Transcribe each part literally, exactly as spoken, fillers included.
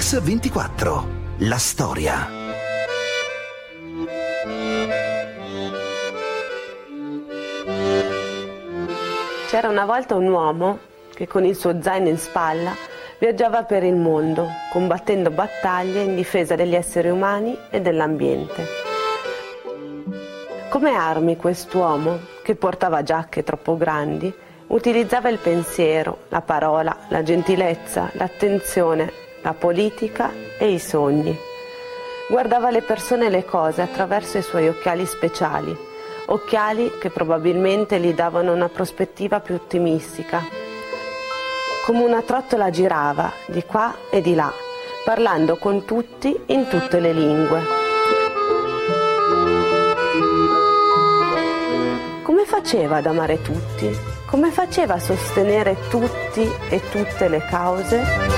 Mix ventiquattro, la storia. C'era una volta un uomo che con il suo zaino in spalla viaggiava per il mondo, combattendo battaglie in difesa degli esseri umani e dell'ambiente. Come armi quest'uomo, che portava giacche troppo grandi, utilizzava il pensiero, la parola, la gentilezza, l'attenzione, la politica e i sogni. Guardava le persone e le cose attraverso i suoi occhiali speciali, occhiali che probabilmente gli davano una prospettiva più ottimistica. Come una trottola girava di qua e di là, parlando con tutti in tutte le lingue. Come faceva ad amare tutti? Come faceva a sostenere tutti e tutte le cause?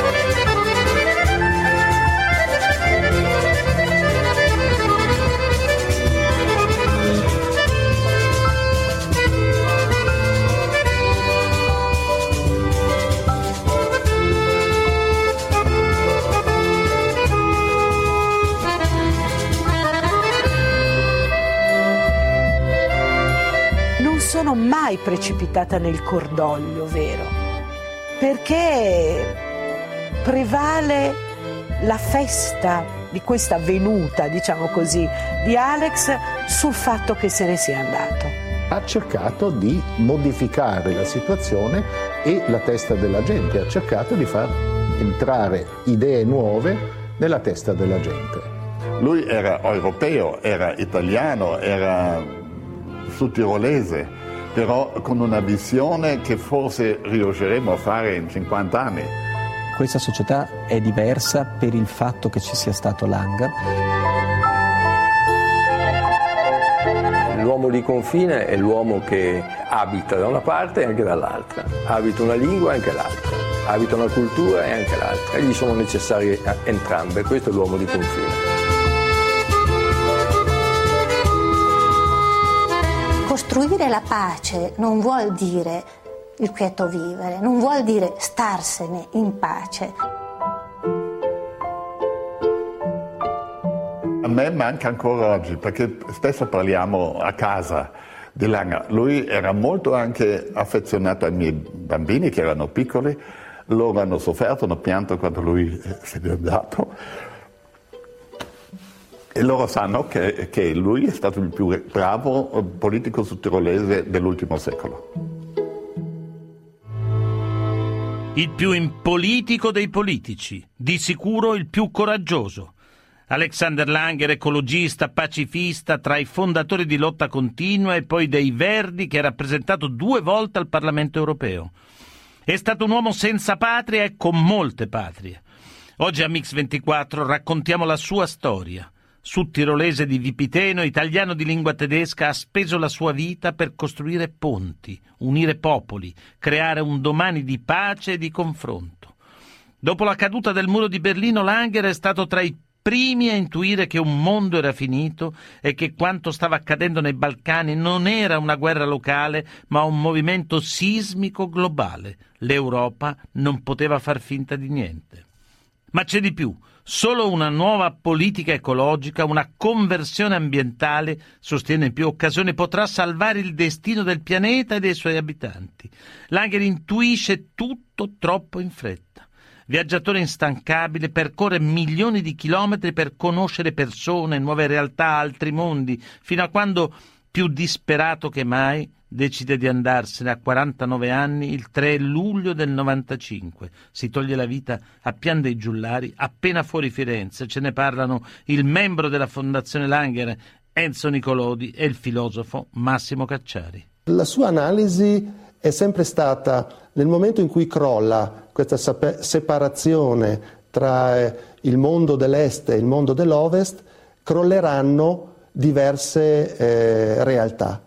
Sono mai precipitata nel cordoglio, vero? Perché prevale la festa di questa venuta, diciamo così, di Alex sul fatto che se ne sia andato. Ha cercato di modificare la situazione e la testa della gente, ha cercato di far entrare idee nuove nella testa della gente. Lui era europeo, era italiano, era sudtirolese, però con una visione che forse riusciremo a fare in cinquanta anni. Questa società è diversa per il fatto che ci sia stato Langer. L'uomo di confine è l'uomo che abita da una parte e anche dall'altra, abita una lingua e anche l'altra, abita una cultura e anche l'altra, e gli sono necessarie entrambe. Questo è l'uomo di confine. Costruire la pace non vuol dire il quieto vivere, non vuol dire starsene in pace. A me manca ancora oggi, perché spesso parliamo a casa di Langer. Lui era molto anche affezionato ai miei bambini che erano piccoli, loro hanno sofferto, hanno pianto quando lui se n'è andato. E loro sanno che, che lui è stato il più bravo politico sudtirolese dell'ultimo secolo. Il più impolitico dei politici, di sicuro il più coraggioso. Alexander Langer, ecologista, pacifista, tra i fondatori di Lotta Continua e poi dei Verdi, che ha rappresentato due volte al Parlamento europeo. È stato un uomo senza patria e con molte patrie. Oggi a Mix ventiquattro raccontiamo la sua storia. Sudtirolese di Vipiteno, italiano di lingua tedesca, ha speso la sua vita per costruire ponti, unire popoli, creare un domani di pace e di confronto. Dopo la caduta del muro di Berlino, Langer è stato tra i primi a intuire che un mondo era finito e che quanto stava accadendo nei Balcani non era una guerra locale, ma un movimento sismico globale. L'Europa non poteva far finta di niente. Ma c'è di più. Solo una nuova politica ecologica, una conversione ambientale, sostiene in più occasioni, potrà salvare il destino del pianeta e dei suoi abitanti. Langer intuisce tutto troppo in fretta. Viaggiatore instancabile, percorre milioni di chilometri per conoscere persone, nuove realtà, altri mondi, fino a quando, più disperato che mai, decide di andarsene a quarantanove anni il tre luglio del novantacinque. Si toglie la vita a Pian dei Giullari, appena fuori Firenze. Ce ne parlano il membro della Fondazione Langer, Enzo Nicolodi, e il filosofo Massimo Cacciari. La sua analisi è sempre stata, nel momento in cui crolla questa separazione tra il mondo dell'est e il mondo dell'ovest, crolleranno diverse eh, realtà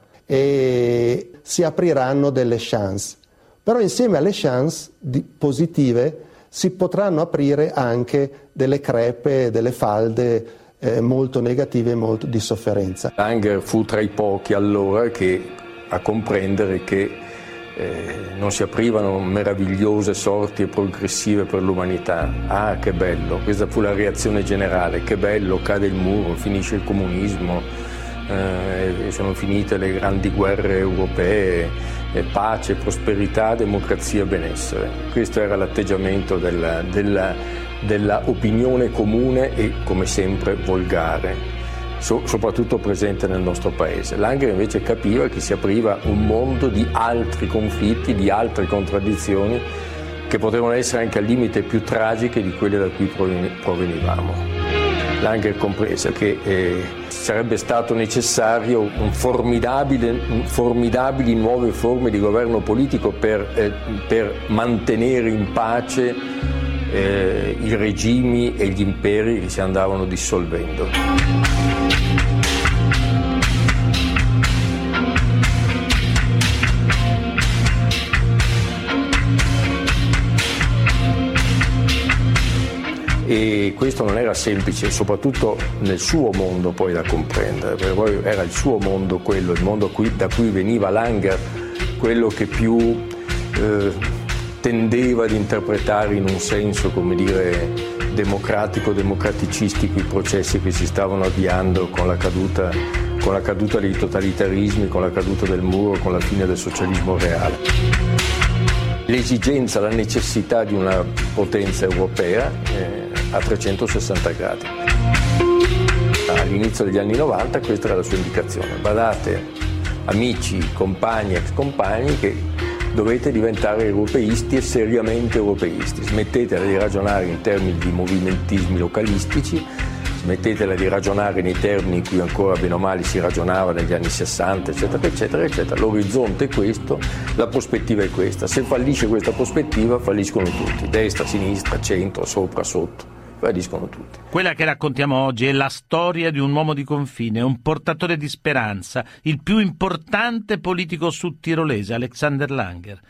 e si apriranno delle chance. Però insieme alle chance di, positive si potranno aprire anche delle crepe, delle falde eh, molto negative e molto di sofferenza. Langer fu tra i pochi allora che a comprendere che eh, non si aprivano meravigliose sorti progressive per l'umanità. Ah, che bello, questa fu la reazione generale, che bello, cade il muro, finisce il comunismo, eh, sono finite le grandi guerre europee, eh, pace, prosperità, democrazia, benessere. Questo era l'atteggiamento della, della, della opinione comune e, come sempre, volgare, So, soprattutto presente nel nostro paese. Langer invece capiva che si apriva un mondo di altri conflitti, di altre contraddizioni che potevano essere anche al limite più tragiche di quelle da cui provenivamo. Langer comprese che eh, sarebbe stato necessario un formidabile, un formidabili nuove forme di governo politico per, eh, per mantenere in pace eh, i regimi e gli imperi che si andavano dissolvendo. E questo non era semplice, soprattutto nel suo mondo poi da comprendere, perché poi era il suo mondo quello, il mondo cui, da cui veniva Langer, quello che più eh, tendeva ad interpretare in un senso, come dire, democratico, democraticistico i processi che si stavano avviando con la caduta, con la caduta dei totalitarismi, con la caduta del muro, con la fine del socialismo reale. L'esigenza, la necessità di una potenza europea eh, a trecentosessanta gradi. All'inizio degli anni novanta questa era la sua indicazione. Badate, amici, compagni, ex compagni, che dovete diventare europeisti e seriamente europeisti. Smettetela di ragionare in termini di movimentismi localistici, smettetela di ragionare nei termini in cui ancora bene o male si ragionava negli anni sessanta, eccetera, eccetera, eccetera. L'orizzonte è questo, la prospettiva è questa. Se fallisce questa prospettiva, falliscono tutti, destra, sinistra, centro, sopra, sotto, falliscono tutti. Quella che raccontiamo oggi è la storia di un uomo di confine, un portatore di speranza, il più importante politico sudtirolese, Alexander Langer.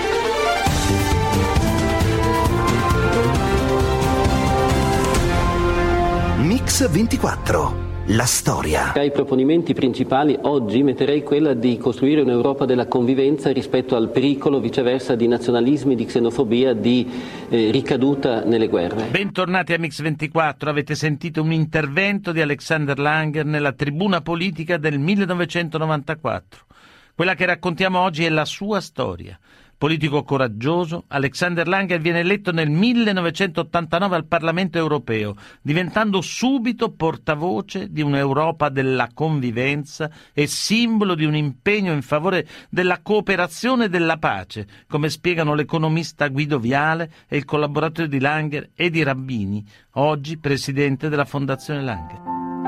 Mix ventiquattro. La storia. Tra i proponimenti principali oggi metterei quella di costruire un'Europa della convivenza rispetto al pericolo viceversa di nazionalismi, di xenofobia, di eh, ricaduta nelle guerre. Bentornati a Mix ventiquattro, avete sentito un intervento di Alexander Langer nella Tribuna Politica del millenovecentonovantaquattro. Quella che raccontiamo oggi è la sua storia. Politico coraggioso, Alexander Langer viene eletto nel millenovecentottantanove al Parlamento europeo, diventando subito portavoce di un'Europa della convivenza e simbolo di un impegno in favore della cooperazione e della pace, come spiegano l'economista Guido Viale e il collaboratore di Langer, Edi Rabbini, oggi presidente della Fondazione Langer.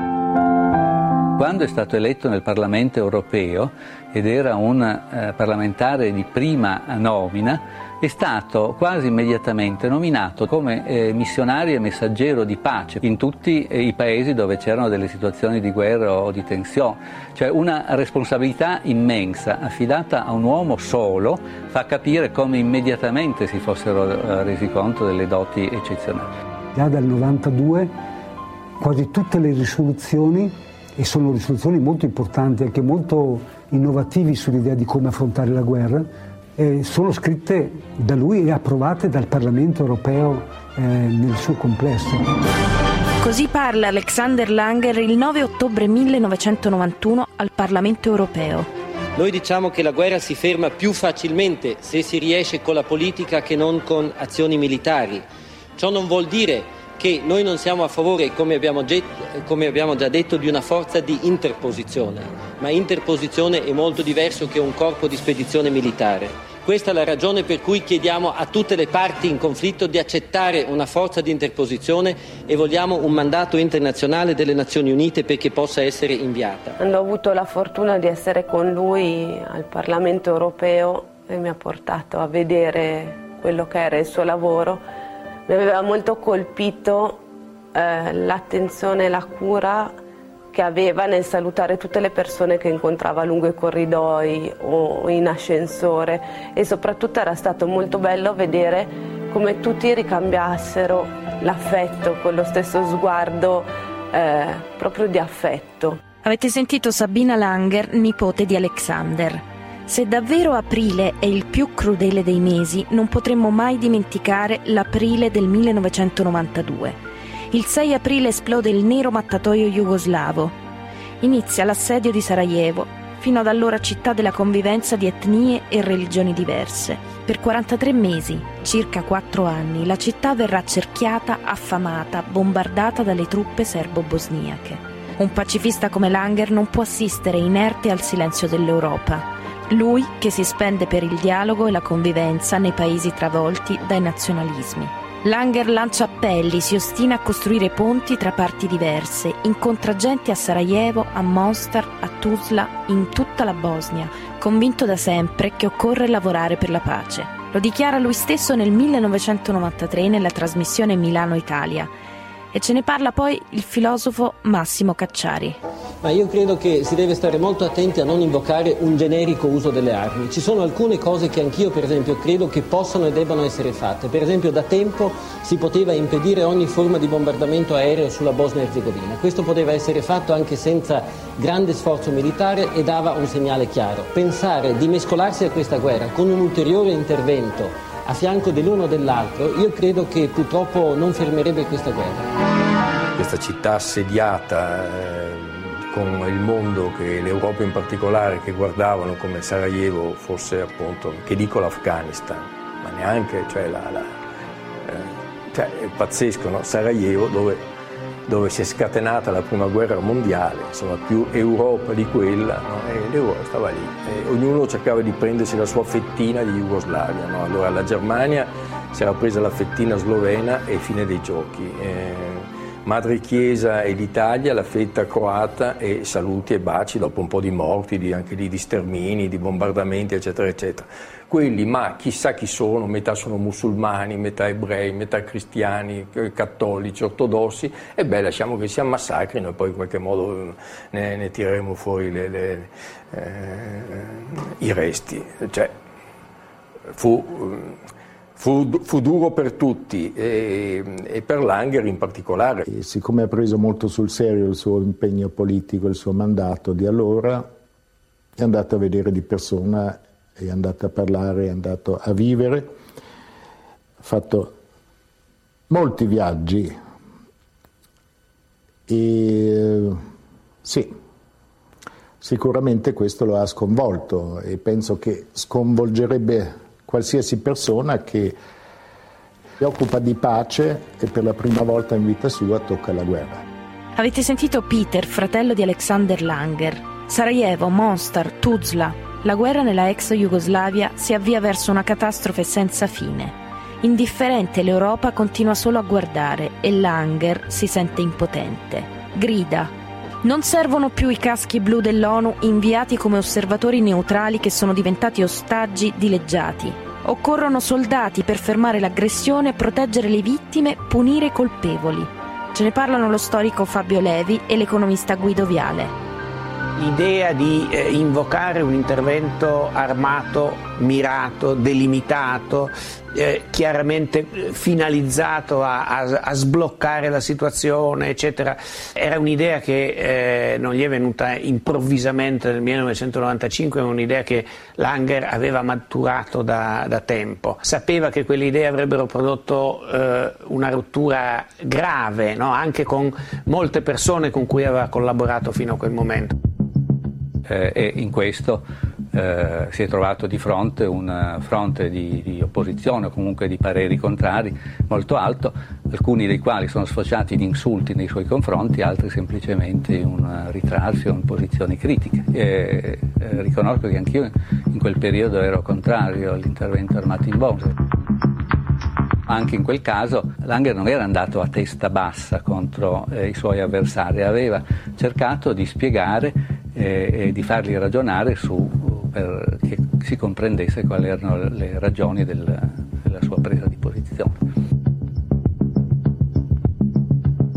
Quando è stato eletto nel Parlamento europeo ed era un eh, parlamentare di prima nomina, è stato quasi immediatamente nominato come eh, missionario e messaggero di pace in tutti eh, i paesi dove c'erano delle situazioni di guerra o di tensione. Cioè una responsabilità immensa affidata a un uomo solo fa capire come immediatamente si fossero eh, resi conto delle doti eccezionali. Già dal novantadue quasi tutte le risoluzioni, e sono risoluzioni molto importanti, anche molto innovativi sull'idea di come affrontare la guerra, eh, sono scritte da lui e approvate dal Parlamento europeo eh, nel suo complesso. Così parla Alexander Langer il nove ottobre millenovecentonovantuno al Parlamento europeo. Noi diciamo che la guerra si ferma più facilmente se si riesce con la politica che non con azioni militari. Ciò non vuol dire che noi non siamo a favore, come abbiamo, get- come abbiamo già detto, di una forza di interposizione, ma interposizione è molto diverso che un corpo di spedizione militare. Questa è la ragione per cui chiediamo a tutte le parti in conflitto di accettare una forza di interposizione e vogliamo un mandato internazionale delle Nazioni Unite perché possa essere inviata. Ho avuto la fortuna di essere con lui al Parlamento europeo e mi ha portato a vedere quello che era il suo lavoro. Mi aveva molto colpito eh, l'attenzione e la cura che aveva nel salutare tutte le persone che incontrava lungo i corridoi o in ascensore, e soprattutto era stato molto bello vedere come tutti ricambiassero l'affetto con lo stesso sguardo eh, proprio di affetto. Avete sentito Sabina Langer, nipote di Alexander. Se davvero aprile è il più crudele dei mesi, non potremmo mai dimenticare l'aprile del millenovecentonovantadue. Il sei aprile esplode il nero mattatoio jugoslavo. Inizia l'assedio di Sarajevo, fino ad allora città della convivenza di etnie e religioni diverse. Per quarantatré mesi, circa quattro anni, la città verrà accerchiata, affamata, bombardata dalle truppe serbo-bosniache. Un pacifista come Langer non può assistere inerte al silenzio dell'Europa. Lui che si spende per il dialogo e la convivenza nei paesi travolti dai nazionalismi. Langer lancia appelli, si ostina a costruire ponti tra parti diverse, incontra gente a Sarajevo, a Mostar, a Tuzla, in tutta la Bosnia, convinto da sempre che occorre lavorare per la pace. Lo dichiara lui stesso nel millenovecentonovantatré nella trasmissione Milano-Italia. E ce ne parla poi il filosofo Massimo Cacciari. Ma io credo che si deve stare molto attenti a non invocare un generico uso delle armi. Ci sono alcune cose che anch'io, per esempio, credo che possano e debbano essere fatte. Per esempio, da tempo si poteva impedire ogni forma di bombardamento aereo sulla Bosnia-Herzegovina. Questo poteva essere fatto anche senza grande sforzo militare e dava un segnale chiaro. Pensare di mescolarsi a questa guerra con un ulteriore intervento a fianco dell'uno o dell'altro, io credo che purtroppo non fermerebbe questa guerra. Questa città assediata eh, con il mondo, che l'Europa in particolare, che guardavano come Sarajevo fosse appunto, che dico l'Afghanistan, ma neanche, cioè, la, la, eh, cioè è pazzesco, no? Sarajevo dove, dove si è scatenata la prima guerra mondiale, insomma più Europa di quella, no? E l'Europa stava lì, e ognuno cercava di prendersi la sua fettina di Jugoslavia, no? Allora la Germania si era presa la fettina slovena e fine dei giochi, eh, Madre Chiesa e l'Italia la fetta croata e saluti e baci dopo un po' di morti, di, anche lì di stermini, di bombardamenti eccetera eccetera. Quelli, ma chissà chi sono, metà sono musulmani, metà ebrei, metà cristiani, cattolici, ortodossi, e beh, lasciamo che si ammassacrino e poi in qualche modo ne, ne tireremo fuori le, le, eh, i resti. Cioè, fu, fu, fu duro per tutti e, e per Langer in particolare. E siccome ha preso molto sul serio il suo impegno politico, il suo mandato di allora, è andato a vedere di persona, è andato a parlare, è andato a vivere, ha fatto molti viaggi e sì, sicuramente questo lo ha sconvolto e penso che sconvolgerebbe qualsiasi persona che si occupa di pace e per la prima volta in vita sua tocca la guerra. Avete sentito Peter, fratello di Alexander Langer. Sarajevo, Mostar, Tuzla. La guerra nella ex Jugoslavia si avvia verso una catastrofe senza fine. Indifferente, l'Europa continua solo a guardare e Langer si sente impotente. Grida: non servono più i caschi blu dell'ONU inviati come osservatori neutrali che sono diventati ostaggi dileggiati. Occorrono soldati per fermare l'aggressione, proteggere le vittime, punire i colpevoli. Ce ne parlano lo storico Fabio Levi e l'economista Guido Viale. L'idea di eh, invocare un intervento armato, mirato, delimitato, eh, chiaramente finalizzato a, a, a sbloccare la situazione, eccetera, era un'idea che eh, non gli è venuta improvvisamente nel millenovecentonovantacinque, è un'idea che Langer aveva maturato da, da tempo. Sapeva che quelle idee avrebbero prodotto eh, una rottura grave, no? Anche con molte persone con cui aveva collaborato fino a quel momento. Eh, e in questo eh, si è trovato di fronte un fronte di, di opposizione o comunque di pareri contrari molto alto, alcuni dei quali sono sfociati in insulti nei suoi confronti, altri semplicemente in un ritrarsi o in posizioni critiche. E, eh, riconosco che anch'io in quel periodo ero contrario all'intervento armato in Bosnia. Anche in quel caso Langer non era andato a testa bassa contro eh, i suoi avversari, aveva cercato di spiegare e di farli ragionare su, per che si comprendesse quali erano le ragioni del, della sua presa di posizione.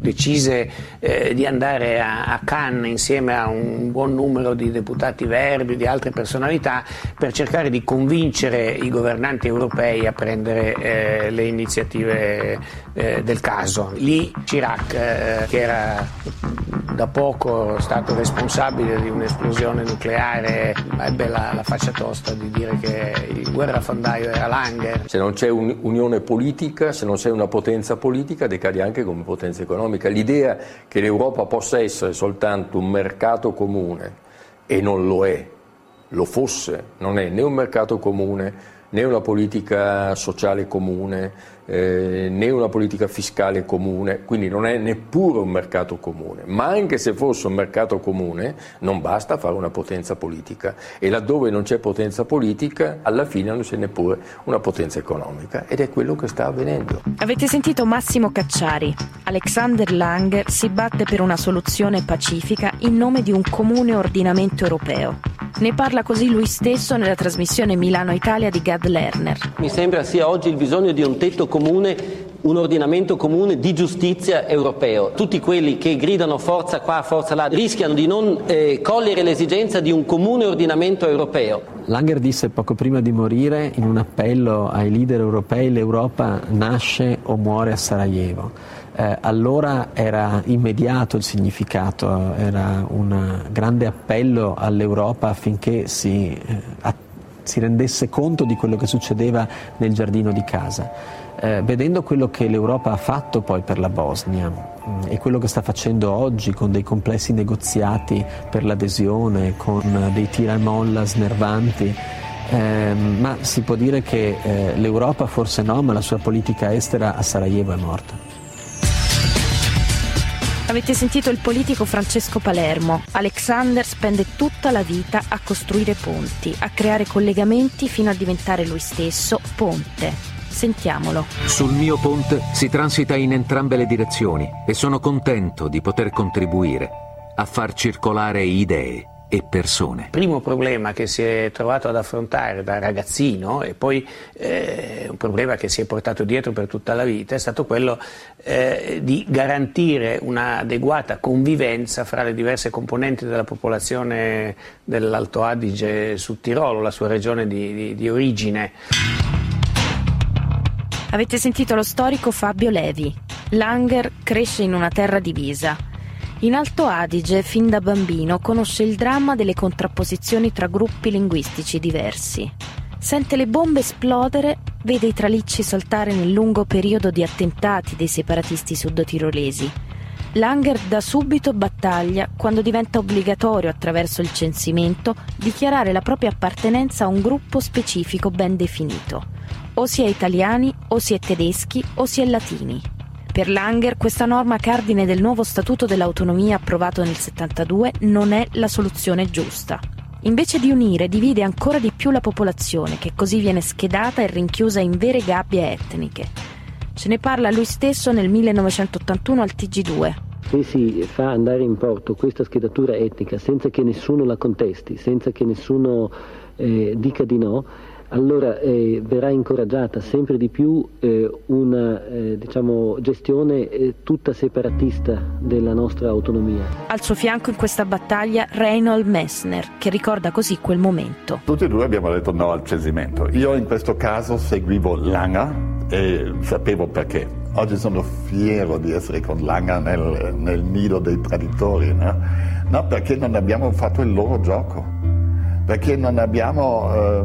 decise eh, di andare a, a Cannes insieme a un buon numero di deputati verdi, di altre personalità, per cercare di convincere i governanti europei a prendere eh, le iniziative eh, del caso. Lì Chirac, eh, che era da poco stato responsabile di un'esplosione nucleare, ebbe la, la faccia tosta di dire che il guerrafondaio era Langer. Se non c'è un'unione politica, se non c'è una potenza politica, decade anche come potenza economica. L'idea che l'Europa possa essere soltanto un mercato comune, e non lo è, lo fosse, non è né un mercato comune, né una politica sociale comune, eh, né una politica fiscale comune, quindi non è neppure un mercato comune. Ma anche se fosse un mercato comune non basta fare una potenza politica, e laddove non c'è potenza politica alla fine non c'è neppure una potenza economica, ed è quello che sta avvenendo. Avete sentito Massimo Cacciari. Alexander Langer si batte per una soluzione pacifica in nome di un comune ordinamento europeo. Ne parla così lui stesso nella trasmissione Milano-Italia di Gad Lerner. Mi sembra sia oggi il bisogno di un tetto comune, un ordinamento comune di giustizia europeo. Tutti quelli che gridano forza qua, forza là, rischiano di non eh, cogliere l'esigenza di un comune ordinamento europeo. Langer disse poco prima di morire in un appello ai leader europei: l'Europa nasce o muore a Sarajevo. Eh, allora era immediato il significato, era un grande appello all'Europa affinché si, eh, a, si rendesse conto di quello che succedeva nel giardino di casa. Eh, vedendo quello che l'Europa ha fatto poi per la Bosnia mh, e quello che sta facendo oggi con dei complessi negoziati per l'adesione, con dei tira e molla snervanti, eh, ma si può dire che eh, l'Europa forse no, ma la sua politica estera a Sarajevo è morta. Avete sentito il politico Francesco Palermo. Alexander spende tutta la vita a costruire ponti, a creare collegamenti fino a diventare lui stesso ponte. Sentiamolo. Sul mio ponte si transita in entrambe le direzioni e sono contento di poter contribuire a far circolare idee e persone. Il primo problema che si è trovato ad affrontare da ragazzino, e poi eh, un problema che si è portato dietro per tutta la vita, è stato quello eh, di garantire un'adeguata convivenza fra le diverse componenti della popolazione dell'Alto Adige Sud Tirolo, la sua regione di, di, di origine. Avete sentito lo storico Fabio Levi. Langer cresce in una terra divisa. In Alto Adige, fin da bambino, conosce il dramma delle contrapposizioni tra gruppi linguistici diversi. Sente le bombe esplodere, vede i tralicci saltare nel lungo periodo di attentati dei separatisti sudtirolesi. Langer da subito battaglia quando diventa obbligatorio, attraverso il censimento, dichiarare la propria appartenenza a un gruppo specifico ben definito. O si è italiani, o si è tedeschi, o si è latini. Per Langer questa norma cardine del nuovo Statuto dell'Autonomia approvato nel settantadue non è la soluzione giusta. Invece di unire, divide ancora di più la popolazione, che così viene schedata e rinchiusa in vere gabbie etniche. Ce ne parla lui stesso nel millenovecentottantuno al T G due. Se si fa andare in porto questa schedatura etnica senza che nessuno la contesti, senza che nessuno eh, dica di no, allora eh, verrà incoraggiata sempre di più eh, una eh, diciamo, gestione eh, tutta separatista della nostra autonomia. Al suo fianco in questa battaglia Reinhold Messner, che ricorda così quel momento. Tutti e due abbiamo detto no al censimento. Io in questo caso seguivo Langer e sapevo perché. Oggi sono fiero di essere con Langer nel, nel nido dei traditori, no? No, perché non abbiamo fatto il loro gioco, perché non abbiamo eh,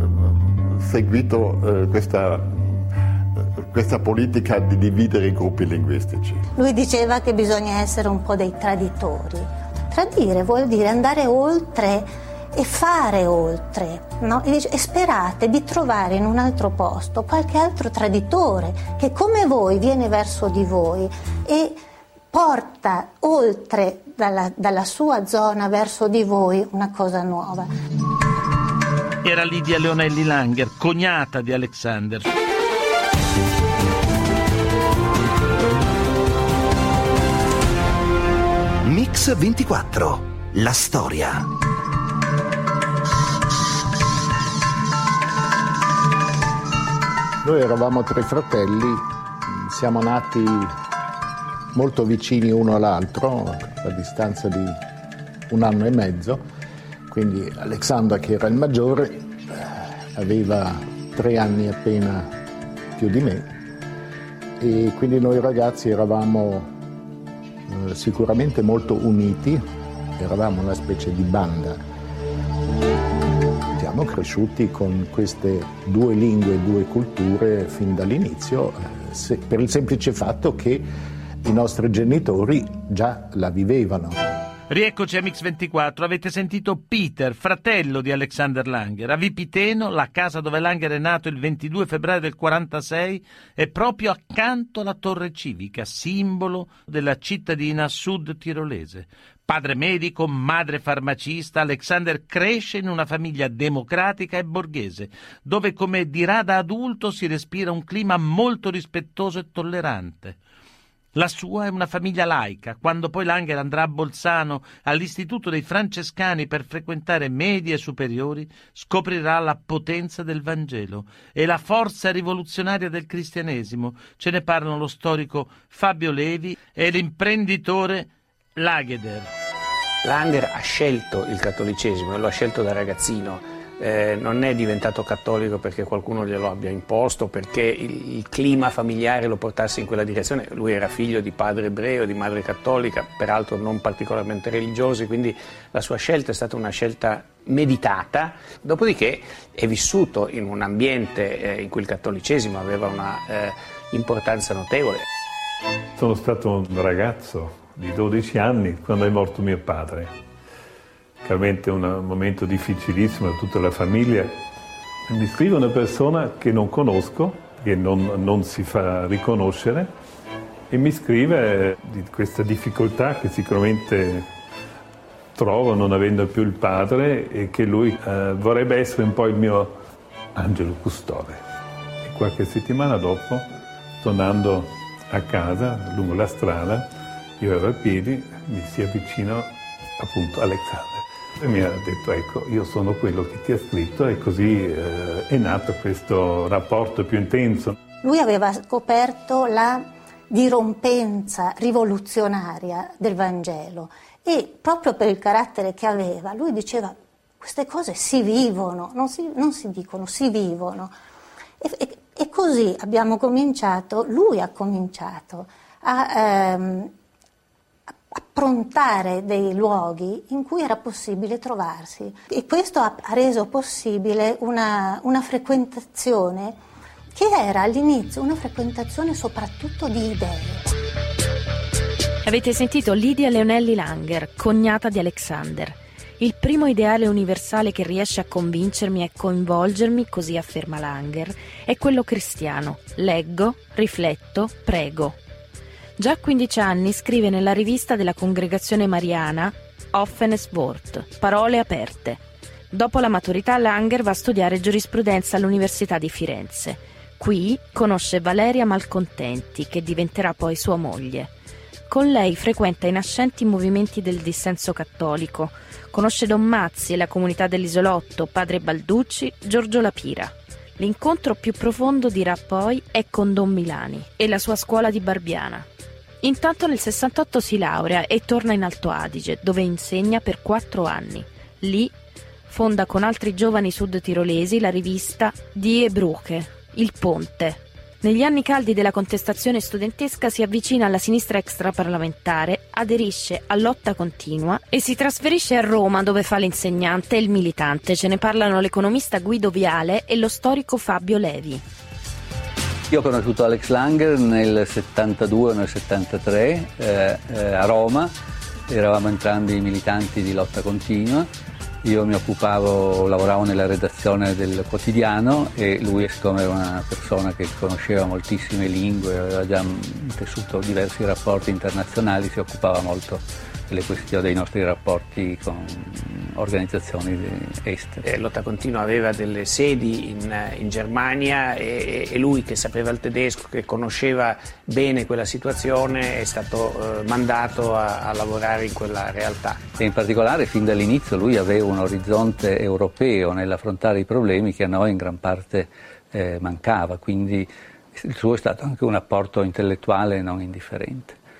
seguito eh, questa, questa politica di dividere i gruppi linguistici. Lui diceva che bisogna essere un po' dei traditori. Tradire vuol dire andare oltre e fare oltre, no? E, dice, e sperate di trovare in un altro posto qualche altro traditore che come voi viene verso di voi e porta oltre dalla, dalla sua zona verso di voi una cosa nuova. Era Lidia Leonelli Langer, cognata di Alexander. Mix ventiquattro, la storia. Noi eravamo tre fratelli, siamo nati molto vicini uno all'altro, a distanza di un anno e mezzo, quindi Alexandra, che era il maggiore, eh, aveva tre anni appena più di me, e quindi noi ragazzi eravamo eh, sicuramente molto uniti, eravamo una specie di banda. Siamo cresciuti con queste due lingue e due culture fin dall'inizio, eh, se, per il semplice fatto che i nostri genitori già la vivevano. Rieccoci a Mix ventiquattro, avete sentito Peter, fratello di Alexander Langer. A Vipiteno, la casa dove Langer è nato il ventidue febbraio del quarantasei, è proprio accanto alla torre civica, simbolo della cittadina sud tirolese. Padre medico, madre farmacista, Alexander cresce in una famiglia democratica e borghese, dove, come dirà da adulto, si respira un clima molto rispettoso e tollerante. La sua è una famiglia laica. Quando poi Langer andrà a Bolzano, all'istituto dei francescani, per frequentare medie e superiori, scoprirà la potenza del Vangelo e la forza rivoluzionaria del cristianesimo. Ce ne parlano lo storico Fabio Levi e l'imprenditore Lageder. Langer ha scelto il cattolicesimo e lo ha scelto da ragazzino. Eh, non è diventato cattolico perché qualcuno glielo abbia imposto, perché il, il clima familiare lo portasse in quella direzione. Lui era figlio di padre ebreo, di madre cattolica, peraltro non particolarmente religiosi, quindi la sua scelta è stata una scelta meditata. Dopodiché è vissuto in un ambiente eh, in cui il cattolicesimo aveva una eh, importanza notevole. Sono stato un ragazzo di dodici anni quando è morto mio padre. Chiaramente un momento difficilissimo per tutta la famiglia. Mi scrive una persona che non conosco, che non, non si fa riconoscere, e mi scrive di questa difficoltà che sicuramente trovo non avendo più il padre, e che lui eh, vorrebbe essere un po' il mio angelo custode. E qualche settimana dopo, tornando a casa, lungo la strada, io ero a piedi, mi si avvicina appunto Alexander. E mi ha detto, ecco, io sono quello che ti ha scritto, e così eh, è nato questo rapporto più intenso. Lui aveva scoperto la dirompenza rivoluzionaria del Vangelo, e proprio per il carattere che aveva, lui diceva, queste cose si vivono, non si, non si dicono, si vivono. E, e, e così abbiamo cominciato, lui ha cominciato a... Ehm, approntare dei luoghi in cui era possibile trovarsi, e questo ha reso possibile una, una frequentazione che era all'inizio una frequentazione soprattutto di idee. Avete sentito Lydia Leonelli Langer, cognata di Alexander. Il primo ideale universale che riesce a convincermi e coinvolgermi, così afferma Langer, è quello cristiano. Leggo, rifletto, prego. Già a quindici anni scrive nella rivista della Congregazione Mariana Offenes Wort, Parole aperte. Dopo la maturità Langer va a studiare giurisprudenza all'Università di Firenze. Qui conosce Valeria Malcontenti, che diventerà poi sua moglie. Con lei frequenta i nascenti movimenti del dissenso cattolico. Conosce Don Mazzi e la comunità dell'Isolotto, Padre Balducci, Giorgio Lapira. L'incontro più profondo, dirà poi, è con Don Milani e la sua scuola di Barbiana. Intanto nel sessantotto si laurea e torna in Alto Adige, dove insegna per quattro anni. Lì fonda con altri giovani sud tirolesi la rivista Die Brücke, Il Ponte. Negli anni caldi della contestazione studentesca si avvicina alla sinistra extraparlamentare, aderisce a Lotta Continua e si trasferisce a Roma, dove fa l'insegnante e il militante. Ce ne parlano l'economista Guido Viale e lo storico Fabio Levi. Io ho conosciuto Alex Langer nel settantadue o nel settantatré eh, eh, a Roma, eravamo entrambi militanti di Lotta Continua. Io mi occupavo, lavoravo nella redazione del quotidiano, e lui, siccome era una persona che conosceva moltissime lingue, aveva già tessuto diversi rapporti internazionali, si occupava molto delle questioni dei nostri rapporti con organizzazioni estere. Eh, Lotta Continua aveva delle sedi in, in Germania, e, e lui, che sapeva il tedesco, che conosceva bene quella situazione, è stato eh, mandato a, a lavorare in quella realtà. E in particolare fin dall'inizio lui aveva un orizzonte europeo nell'affrontare i problemi che a noi in gran parte eh, mancava, quindi il suo è stato anche un apporto intellettuale non indifferente.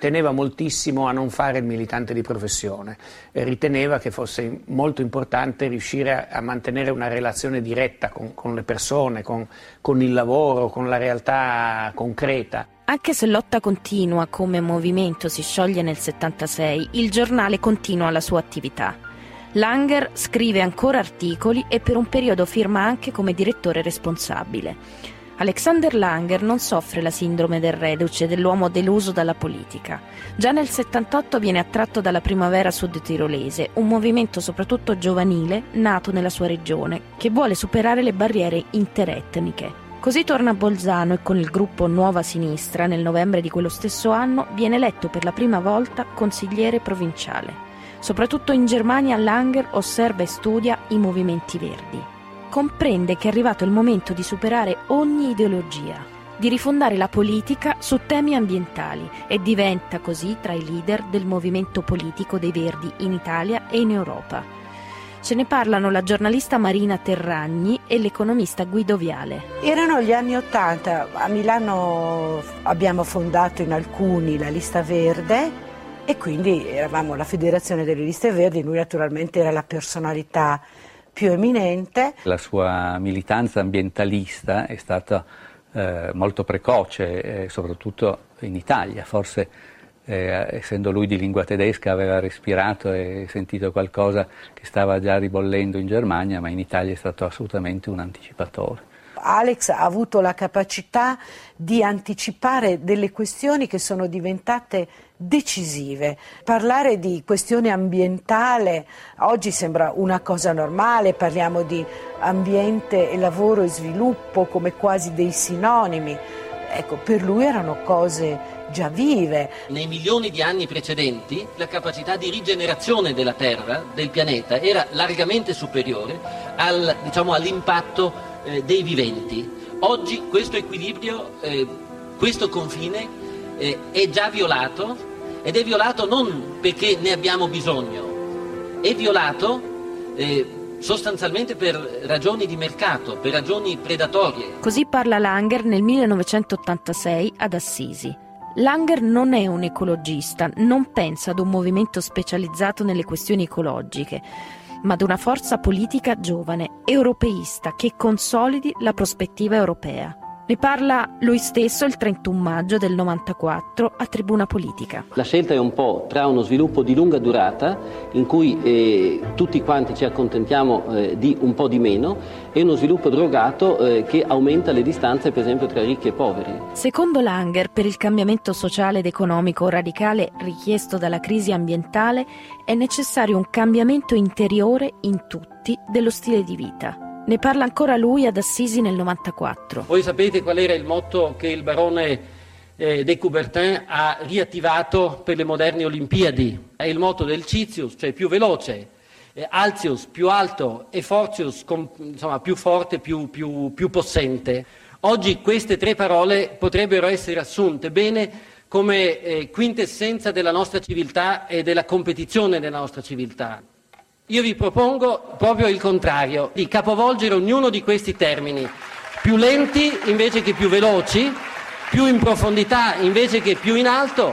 teneva moltissimo a non fare il militante di professione e riteneva che fosse molto importante riuscire a, a mantenere una relazione diretta con, con le persone, con, con il lavoro, con la realtà concreta. Anche se Lotta Continua come movimento si scioglie nel settantasei, il giornale continua la sua attività. Langer scrive ancora articoli e per un periodo firma anche come direttore responsabile. Alexander Langer non soffre la sindrome del reduce, dell'uomo deluso dalla politica. Già nel settantotto viene attratto dalla Primavera sud-tirolese, un movimento soprattutto giovanile nato nella sua regione, che vuole superare le barriere interetniche. Così torna a Bolzano e con il gruppo Nuova Sinistra, nel novembre di quello stesso anno, viene eletto per la prima volta consigliere provinciale. Soprattutto in Germania Langer osserva e studia i movimenti verdi. Comprende che è arrivato il momento di superare ogni ideologia, di rifondare la politica su temi ambientali e diventa così tra i leader del movimento politico dei Verdi in Italia e in Europa. Ce ne parlano la giornalista Marina Terragni e l'economista Guido Viale. Erano gli anni Ottanta, a Milano abbiamo fondato in alcuni la Lista Verde e quindi eravamo la federazione delle liste verdi, lui naturalmente era la personalità più eminente. La sua militanza ambientalista è stata eh, molto precoce, eh, soprattutto in Italia, forse eh, essendo lui di lingua tedesca aveva respirato e sentito qualcosa che stava già ribollendo in Germania, ma in Italia è stato assolutamente un anticipatore. Alex ha avuto la capacità di anticipare delle questioni che sono diventate decisive. Parlare di questione ambientale oggi sembra una cosa normale, parliamo di ambiente e lavoro e sviluppo come quasi dei sinonimi. Ecco, per lui erano cose già vive. Nei milioni di anni precedenti la capacità di rigenerazione della Terra, del pianeta, era largamente superiore al, diciamo, all'impatto eh, dei viventi. Oggi questo equilibrio, eh, questo confine eh, è già violato ed è violato non perché ne abbiamo bisogno, è violato eh, sostanzialmente per ragioni di mercato, per ragioni predatorie. Così parla Langer nel millenovecentottantasei ad Assisi. Langer non è un ecologista, non pensa ad un movimento specializzato nelle questioni ecologiche, ma ad una forza politica giovane, europeista, che consolidi la prospettiva europea. Ne parla lui stesso il trentuno maggio del novantaquattro a Tribuna Politica. La scelta è un po' tra uno sviluppo di lunga durata, in cui eh, tutti quanti ci accontentiamo eh, di un po' di meno, e uno sviluppo drogato eh, che aumenta le distanze, per esempio, tra ricchi e poveri. Secondo Langer, per il cambiamento sociale ed economico radicale richiesto dalla crisi ambientale, è necessario un cambiamento interiore in tutti dello stile di vita. Ne parla ancora lui ad Assisi nel novantaquattro. Voi sapete qual era il motto che il barone eh, de Coubertin ha riattivato per le moderne Olimpiadi? È il motto del Citius, cioè più veloce, eh, Altius più alto e Fortius com, insomma, più forte, più, più, più possente. Oggi queste tre parole potrebbero essere assunte bene come eh, quintessenza della nostra civiltà e della competizione della nostra civiltà. Io vi propongo proprio il contrario, di capovolgere ognuno di questi termini, più lenti invece che più veloci, più in profondità invece che più in alto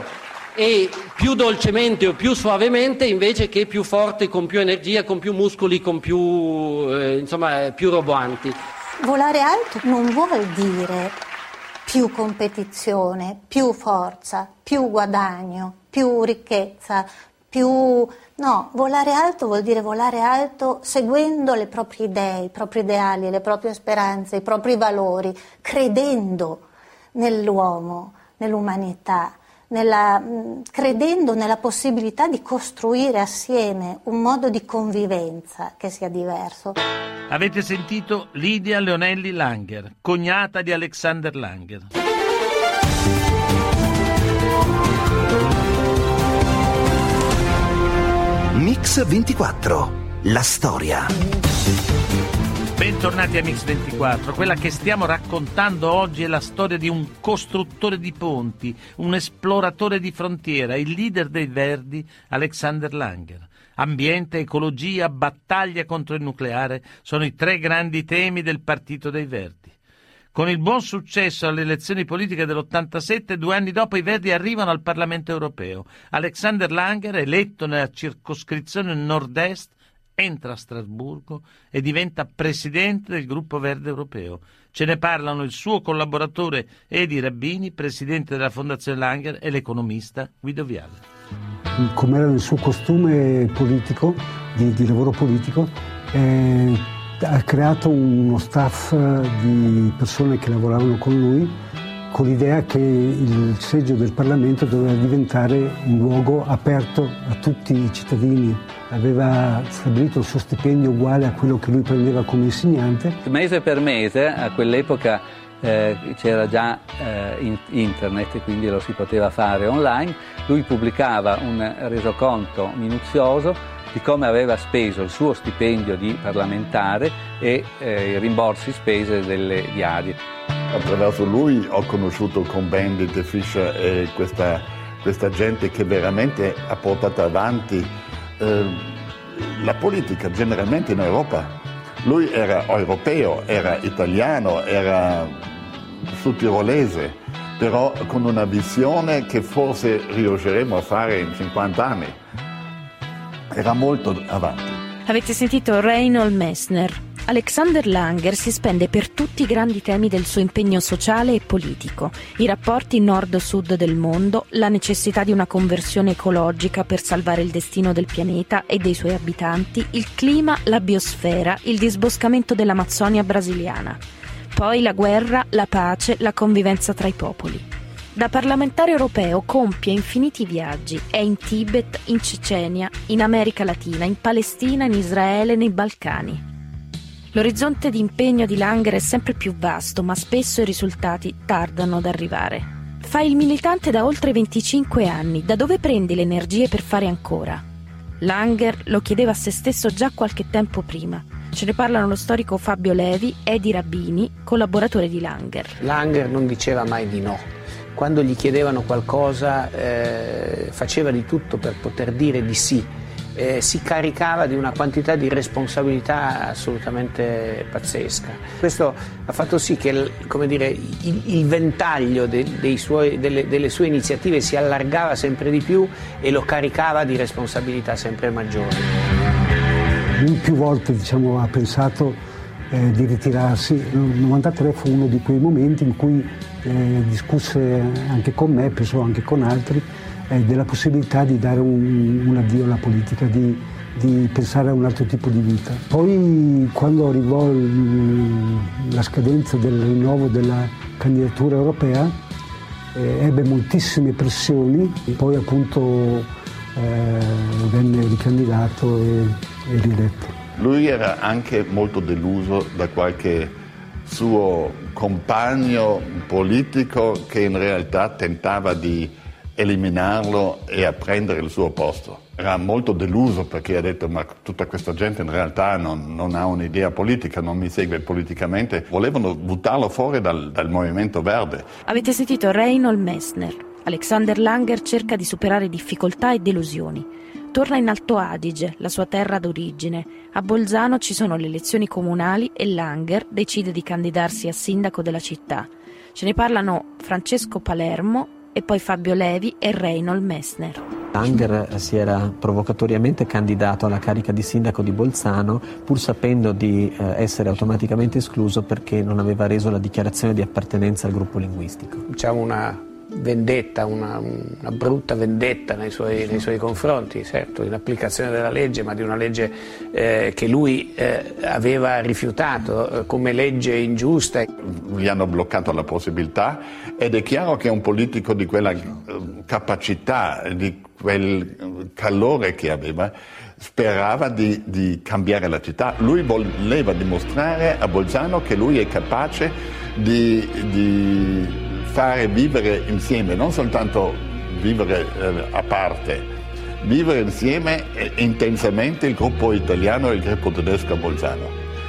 e più dolcemente o più suavemente invece che più forte, con più energia, con più muscoli, con più, eh, insomma, più roboanti. Volare alto non vuol dire più competizione, più forza, più guadagno, più ricchezza, più... No, volare alto vuol dire volare alto seguendo le proprie idee, i propri ideali, le proprie speranze, i propri valori, credendo nell'uomo, nell'umanità, nella, credendo nella possibilità di costruire assieme un modo di convivenza che sia diverso. Avete sentito Lidia Leonelli Langer, cognata di Alexander Langer. Mix ventiquattro, la storia. Bentornati a Mix ventiquattro. Quella che stiamo raccontando oggi è la storia di un costruttore di ponti, un esploratore di frontiera, il leader dei Verdi, Alexander Langer. Ambiente, ecologia, battaglia contro il nucleare sono i tre grandi temi del Partito dei Verdi. Con il buon successo alle elezioni politiche dell'ottantasette, due anni dopo i Verdi arrivano al Parlamento europeo. Alexander Langer, eletto nella circoscrizione nord-est, entra a Strasburgo e diventa presidente del gruppo Verde europeo. Ce ne parlano il suo collaboratore Edi Rabbini, presidente della Fondazione Langer, e l'economista Guido Viale. Come era nel suo costume politico, di, di lavoro politico, eh, ha creato uno staff di persone che lavoravano con lui, con l'idea che il seggio del Parlamento doveva diventare un luogo aperto a tutti i cittadini. Aveva stabilito il suo stipendio uguale a quello che lui prendeva come insegnante. Mese per mese, a quell'epoca eh, c'era già eh, in, internet, quindi lo si poteva fare online, lui pubblicava un resoconto minuzioso di come aveva speso il suo stipendio di parlamentare e eh, i rimborsi spese delle diarie. Attraverso lui ho conosciuto Cohn-Bendit e Fischer e questa, questa gente che veramente ha portato avanti eh, la politica generalmente in Europa. Lui era europeo, era italiano, era sudtirolese, però con una visione che forse riusciremo a fare in cinquanta anni. Era molto avanti. Avete sentito Reinhold Messner. Alexander Langer si spende per tutti i grandi temi del suo impegno sociale e politico: i rapporti nord-sud del mondo, la necessità di una conversione ecologica per salvare il destino del pianeta e dei suoi abitanti, il clima, la biosfera, il disboscamento dell'Amazzonia brasiliana. Poi la guerra, la pace, la convivenza tra i popoli. Da parlamentare europeo compie infiniti viaggi. È in Tibet, in Cecenia, in America Latina, in Palestina, in Israele, nei Balcani. L'orizzonte di impegno di Langer è sempre più vasto, ma spesso i risultati tardano ad arrivare. Fa il militante da oltre venticinque anni. Da dove prende le energie per fare ancora? Langer lo chiedeva a se stesso già qualche tempo prima. Ce ne parlano lo storico Fabio Levi, Edi Rabbini, collaboratore di Langer. Langer non diceva mai di no. Quando gli chiedevano qualcosa eh, faceva di tutto per poter dire di sì. Eh, si caricava di una quantità di responsabilità assolutamente pazzesca. Questo ha fatto sì che, come dire, il, il ventaglio de, dei suoi, delle, delle sue iniziative si allargava sempre di più e lo caricava di responsabilità sempre maggiori. Lui più volte, diciamo, ha pensato eh, di ritirarsi. Nel novantatré fu uno di quei momenti in cui eh, discusse anche con me, penso anche con altri, della possibilità di dare un, un addio alla politica, di, di pensare a un altro tipo di vita. Poi quando arrivò il, la scadenza del rinnovo della candidatura europea eh, ebbe moltissime pressioni e poi appunto eh, venne ricandidato e, e rieletto. Lui era anche molto deluso da qualche suo compagno politico che in realtà tentava di eliminarlo e a prendere il suo posto. Era molto deluso perché ha detto: ma tutta questa gente in realtà non, non ha un'idea politica, non mi segue politicamente. Volevano buttarlo fuori dal, dal Movimento Verde. Avete sentito Reinhold Messner. Alexander Langer cerca di superare difficoltà e delusioni. Torna in Alto Adige, la sua terra d'origine. A Bolzano ci sono le elezioni comunali e Langer decide di candidarsi a sindaco della città. Ce ne parlano Francesco Palermo e poi Fabio Levi e Reinhold Messner. Langer si era provocatoriamente candidato alla carica di sindaco di Bolzano pur sapendo di eh, essere automaticamente escluso perché non aveva reso la dichiarazione di appartenenza al gruppo linguistico. Diciamo una vendetta, una, una brutta vendetta nei suoi, nei suoi confronti, certo, in applicazione della legge, ma di una legge eh, che lui eh, aveva rifiutato eh, come legge ingiusta. Gli hanno bloccato la possibilità ed è chiaro che un politico di quella capacità, di quel calore che aveva, sperava di, di cambiare la città. Lui voleva dimostrare a Bolzano che lui è capace di, di fare vivere insieme, non soltanto vivere eh, a parte, vivere insieme eh, intensamente il gruppo italiano e il gruppo tedesco a Bolzano.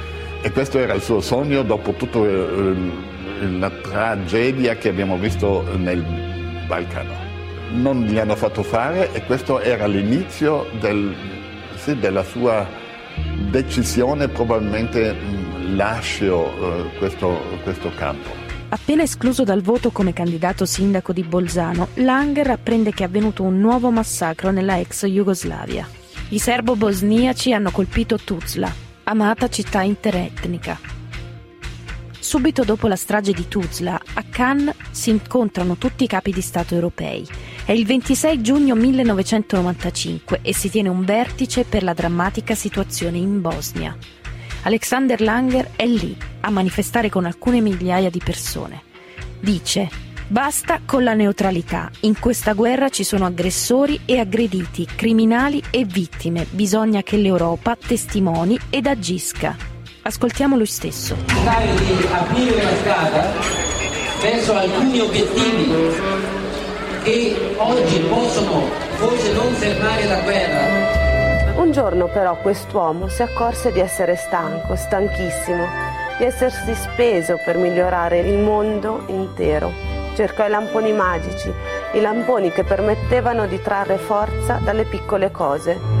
E questo era il suo sogno dopo tutta eh, la tragedia che abbiamo visto nel Balcano. Non gli hanno fatto fare e questo era l'inizio del, sì, della sua decisione probabilmente mh, lascio eh, questo, questo campo. Appena escluso dal voto come candidato sindaco di Bolzano, Langer apprende che è avvenuto un nuovo massacro nella ex Jugoslavia. I serbo-bosniaci hanno colpito Tuzla, amata città interetnica. Subito dopo la strage di Tuzla, a Cannes si incontrano tutti i capi di Stato europei. È il ventisei giugno millenovecentonovantacinque e si tiene un vertice per la drammatica situazione in Bosnia. Alexander Langer è lì, a manifestare con alcune migliaia di persone. Dice: basta con la neutralità, in questa guerra ci sono aggressori e aggrediti, criminali e vittime, bisogna che l'Europa testimoni ed agisca. Ascoltiamo lui stesso. Cercare di aprire la strada verso alcuni obiettivi che oggi possono forse non fermare la guerra. Un giorno però quest'uomo si accorse di essere stanco, stanchissimo, di essersi speso per migliorare il mondo intero. Cercò i lamponi magici, i lamponi che permettevano di trarre forza dalle piccole cose.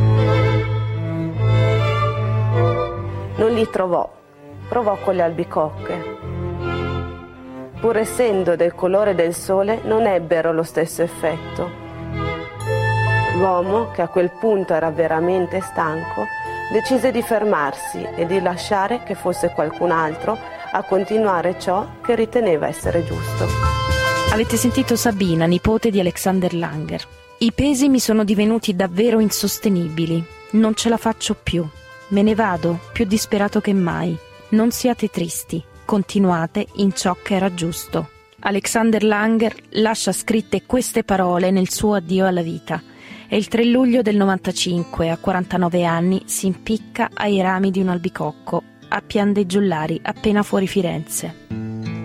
Non li trovò, provò con le albicocche. Pur essendo del colore del sole, non ebbero lo stesso effetto. L'uomo, che a quel punto era veramente stanco, decise di fermarsi e di lasciare che fosse qualcun altro a continuare ciò che riteneva essere giusto. Avete sentito Sabina, nipote di Alexander Langer. I pesi mi sono divenuti davvero insostenibili. Non ce la faccio più. Me ne vado, più disperato che mai. Non siate tristi, continuate in ciò che era giusto. Alexander Langer lascia scritte queste parole nel suo addio alla vita e il tre luglio del novantacinque, a quarantanove anni, si impicca ai rami di un albicocco a Pian dei Giullari, appena fuori Firenze.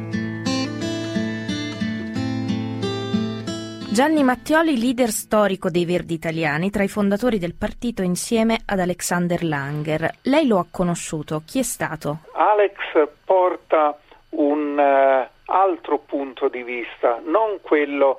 Gianni Mattioli, leader storico dei Verdi italiani, tra i fondatori del partito insieme ad Alexander Langer. Lei lo ha conosciuto, chi è stato? Alex porta un uh, altro punto di vista, non quello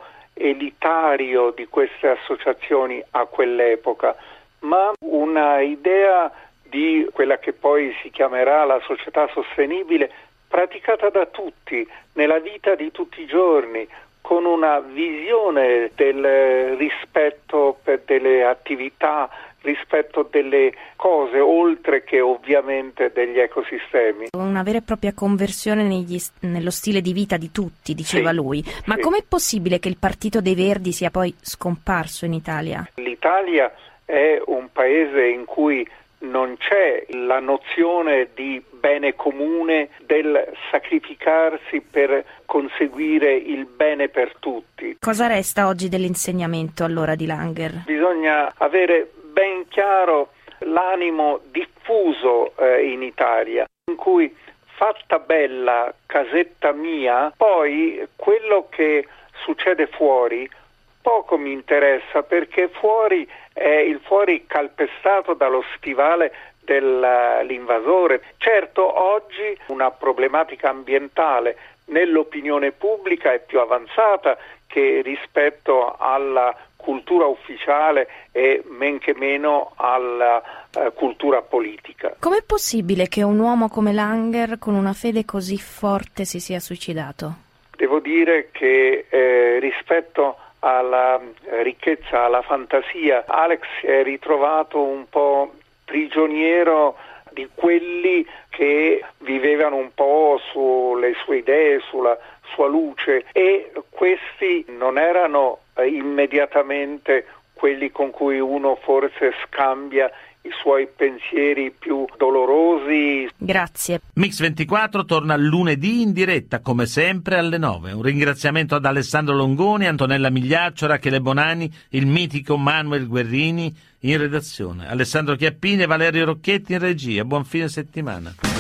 elitario di queste associazioni a quell'epoca, ma una idea di quella che poi si chiamerà la società sostenibile, praticata da tutti, nella vita di tutti i giorni, con una visione del rispetto per delle attività, rispetto delle cose, oltre che ovviamente degli ecosistemi. Una vera e propria conversione negli, nello stile di vita di tutti, diceva sì, lui. Ma sì. Com'è possibile che il Partito dei Verdi sia poi scomparso in Italia? L'Italia è un paese in cui non c'è la nozione di bene comune, del sacrificarsi per conseguire il bene per tutti. Cosa resta oggi dell'insegnamento allora di Langer? Bisogna avere ben chiaro l'animo diffuso eh, in Italia, in cui fatta bella casetta mia, poi quello che succede fuori poco mi interessa, perché fuori è il fuori calpestato dallo stivale dell'invasore. Certo, oggi una problematica ambientale nell'opinione pubblica è più avanzata che rispetto alla cultura ufficiale e men che meno alla uh, cultura politica. Com'è possibile che un uomo come Langer, con una fede così forte, si sia suicidato? Devo dire che eh, rispetto alla ricchezza, alla fantasia, Alex si è ritrovato un po' prigioniero di quelli che vivevano un po' sulle sue idee, sulla sua luce, e questi non erano eh, immediatamente quelli con cui uno forse scambia i suoi pensieri più dolorosi. Grazie. Mix ventiquattro torna lunedì in diretta, come sempre, alle nove. Un ringraziamento ad Alessandro Longoni, Antonella Migliaccio, Rachele Bonani, il mitico Manuel Guerrini in redazione, Alessandro Chiappini e Valerio Rocchetti in regia. Buon fine settimana.